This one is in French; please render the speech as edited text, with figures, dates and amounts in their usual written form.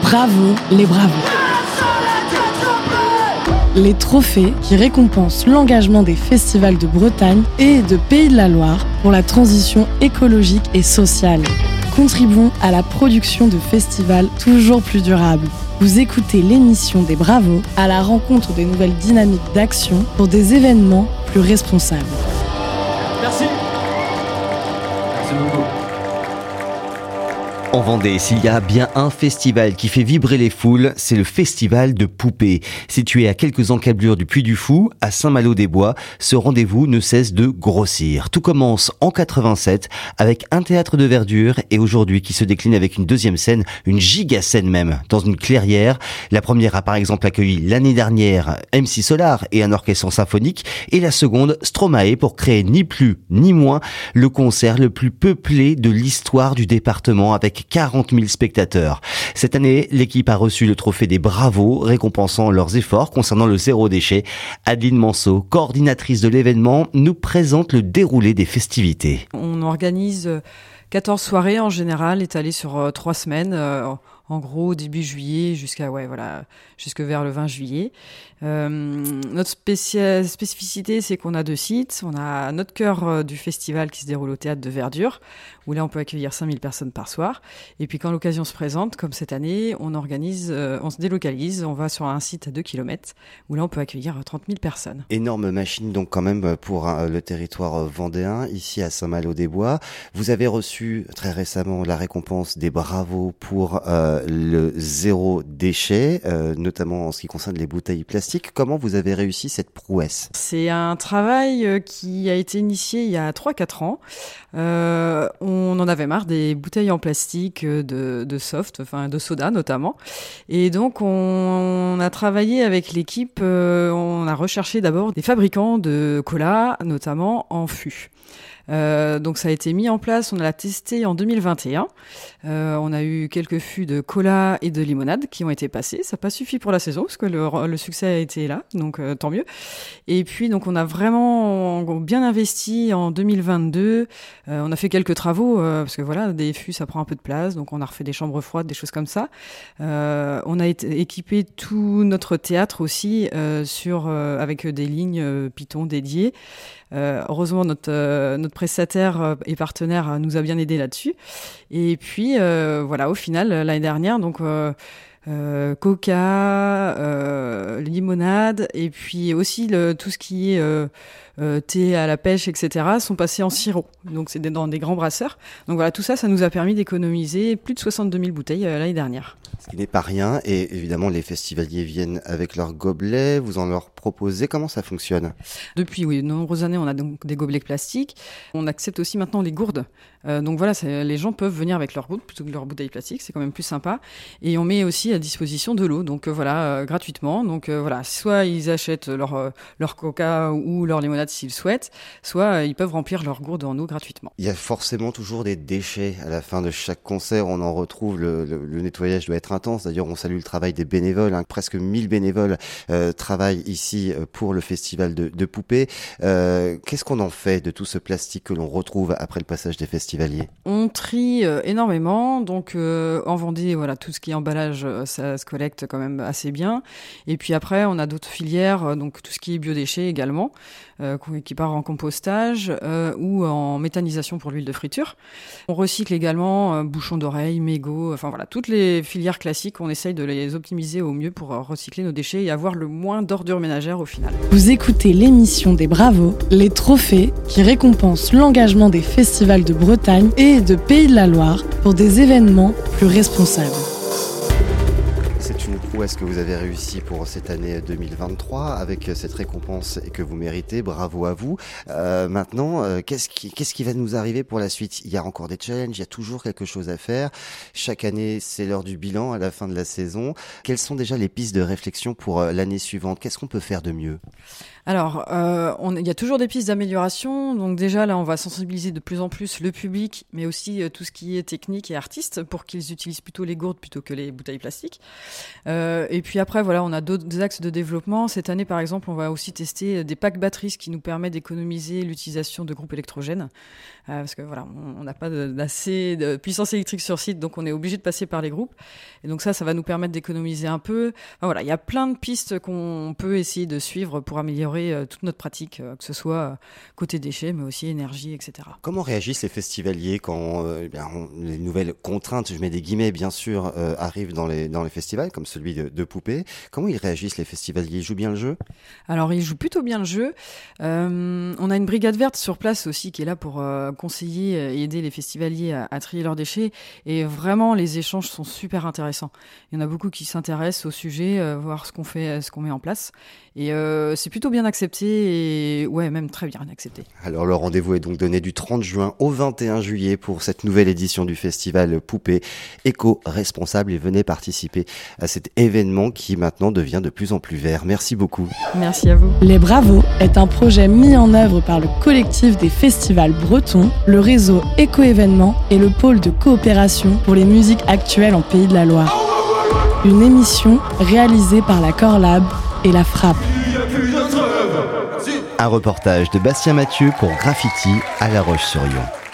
Bravo les bravos. Les trophées qui récompensent l'engagement des festivals de Bretagne et de Pays de la Loire pour la transition écologique et sociale. Contribuons à la production de festivals toujours plus durables. Vous écoutez l'émission des Bravos à la rencontre des nouvelles dynamiques d'action pour des événements plus responsables. Merci. Merci beaucoup. En Vendée, s'il y a bien un festival qui fait vibrer les foules, c'est le festival de Poupée. Situé à quelques encablures du Puy du Fou, à Saint-Malo-des-Bois, ce rendez-vous ne cesse de grossir. Tout commence en 87 avec un théâtre de verdure et aujourd'hui qui se décline avec une deuxième scène, une giga-scène même, dans une clairière. La première a par exemple accueilli l'année dernière MC Solar et un orchestre symphonique et la seconde Stromae pour créer ni plus ni moins le concert le plus peuplé de l'histoire du département avec 40 000 spectateurs. Cette année, l'équipe a reçu le trophée des Bravos, récompensant leurs efforts concernant le zéro déchet. Adeline Manceau, coordinatrice de l'événement, nous présente le déroulé des festivités. On organise 14 soirées en général, étalées sur 3 semaines. En gros, début juillet jusque vers le 20 juillet. Notre spécificité, c'est qu'on a 2 sites. On a notre cœur du festival qui se déroule au théâtre de Verdure, où là, on peut accueillir 5000 personnes par soir. Et puis, quand l'occasion se présente, comme cette année, on se délocalise, on va sur un site à 2 km, où là, on peut accueillir 30 000 personnes. Énorme machine, donc, quand même, pour le territoire vendéen, ici à Saint-Malo-des-Bois. Vous avez reçu, très récemment, la récompense des Bravos pour le zéro déchet, notamment en ce qui concerne les bouteilles plastiques. Comment vous avez réussi cette prouesse ? C'est un travail qui a été initié il y a 3-4 ans. On en avait marre des bouteilles en plastique de soft, enfin de soda notamment. Et donc on a travaillé avec l'équipe, on a recherché d'abord des fabricants de cola, notamment en fût. Donc ça a été mis en place, on l'a testé en 2021. On a eu quelques fûts de cola et de limonade qui ont été passés. Ça n'a pas suffi pour la saison parce que le succès a été là, donc tant mieux. Et puis donc on a vraiment bien investi en 2022. On a fait quelques travaux parce que voilà, des fûts ça prend un peu de place, donc on a refait des chambres froides, des choses comme ça. On a équipé tout notre théâtre aussi avec des lignes Python dédiées. Heureusement notre prestataire et partenaire nous a bien aidé là-dessus. Et puis voilà, au final l'année dernière, donc coca, limonade, et puis aussi tout ce qui est thé à la pêche, etc., sont passés en sirop. Donc c'est dans des grands brasseurs. Donc voilà, tout ça, ça nous a permis d'économiser plus de 62 000 bouteilles l'année dernière. Ce qui n'est pas rien, et évidemment les festivaliers viennent avec leurs gobelets, vous en leur proposez, comment ça fonctionne ? Depuis de nombreuses années, on a donc des gobelets plastiques. On accepte aussi maintenant les gourdes. Donc voilà, les gens peuvent venir avec leurs gourdes plutôt que leurs bouteilles plastiques, c'est quand même plus sympa. Et on met aussi à disposition de l'eau, donc gratuitement. Donc voilà, soit ils achètent leur coca ou leur limonade s'ils souhaitent, soit ils peuvent remplir leurs gourdes en eau gratuitement. Il y a forcément toujours des déchets à la fin de chaque concert, on en retrouve, le nettoyage doit être intense. D'ailleurs, on salue le travail des bénévoles, presque 1000 bénévoles travaillent ici pour le festival de Poupée. Qu'est-ce qu'on en fait de tout ce plastique que l'on retrouve après le passage des festivaliers ? On trie énormément, donc en Vendée, voilà, tout ce qui est emballage, ça se collecte quand même assez bien. Et puis après, on a d'autres filières, donc tout ce qui est biodéchets également, qui part en compostage ou en méthanisation pour l'huile de friture. On recycle également bouchons d'oreilles, mégots, enfin voilà, toutes les filières classiques, on essaye de les optimiser au mieux pour recycler nos déchets et avoir le moins d'ordures ménagères au final. Vous écoutez l'émission des Bravos, les trophées qui récompensent l'engagement des festivals de Bretagne et de Pays de la Loire pour des événements plus responsables. C'est une prouesse que vous avez réussi pour cette année 2023 avec cette récompense que vous méritez. Bravo à vous. Maintenant, qu'est-ce qui va nous arriver pour la suite ? Il y a encore des challenges, il y a toujours quelque chose à faire. Chaque année, c'est l'heure du bilan à la fin de la saison. Quelles sont déjà les pistes de réflexion pour l'année suivante ? Qu'est-ce qu'on peut faire de mieux ? Alors, il y a toujours des pistes d'amélioration. Donc déjà, là, on va sensibiliser de plus en plus le public, mais aussi tout ce qui est technique et artiste pour qu'ils utilisent plutôt les gourdes plutôt que les bouteilles plastiques. Et puis après, voilà, on a d'autres axes de développement. Cette année, par exemple, on va aussi tester des packs batteries, ce qui nous permet d'économiser l'utilisation de groupes électrogènes. Parce que voilà, on n'a pas assez de puissance électrique sur site, donc on est obligé de passer par les groupes. Et donc ça va nous permettre d'économiser un peu. Enfin, voilà, il y a plein de pistes qu'on peut essayer de suivre pour améliorer toute notre pratique, que ce soit côté déchets, mais aussi énergie, etc. Comment réagissent les festivaliers quand les nouvelles contraintes, je mets des guillemets bien sûr, arrivent dans les festivals, comme celui de Poupée? Comment ils réagissent les festivaliers? Ils jouent bien le jeu? Alors ils jouent plutôt bien le jeu. On a une brigade verte sur place aussi qui est là pour conseiller et aider les festivaliers à trier leurs déchets. Et vraiment, les échanges sont super intéressants. Il y en a beaucoup qui s'intéressent au sujet, voir ce qu'on fait, ce qu'on met en place. Et c'est plutôt bien accepté et ouais, même très bien accepté. Alors le rendez-vous est donc donné du 30 juin au 21 juillet pour cette nouvelle édition du festival Poupée. Éco-responsable et venez participer à cet événement qui maintenant devient de plus en plus vert. Merci beaucoup. Merci à vous. Les Bravos est un projet mis en œuvre par le collectif des festivals bretons, le réseau Éco-événements et le pôle de coopération pour les musiques actuelles en Pays de la Loire. Une émission réalisée par la Corlab et la Frappe. Un reportage de Bastien Mathieu pour Graffiti à La Roche-sur-Yon.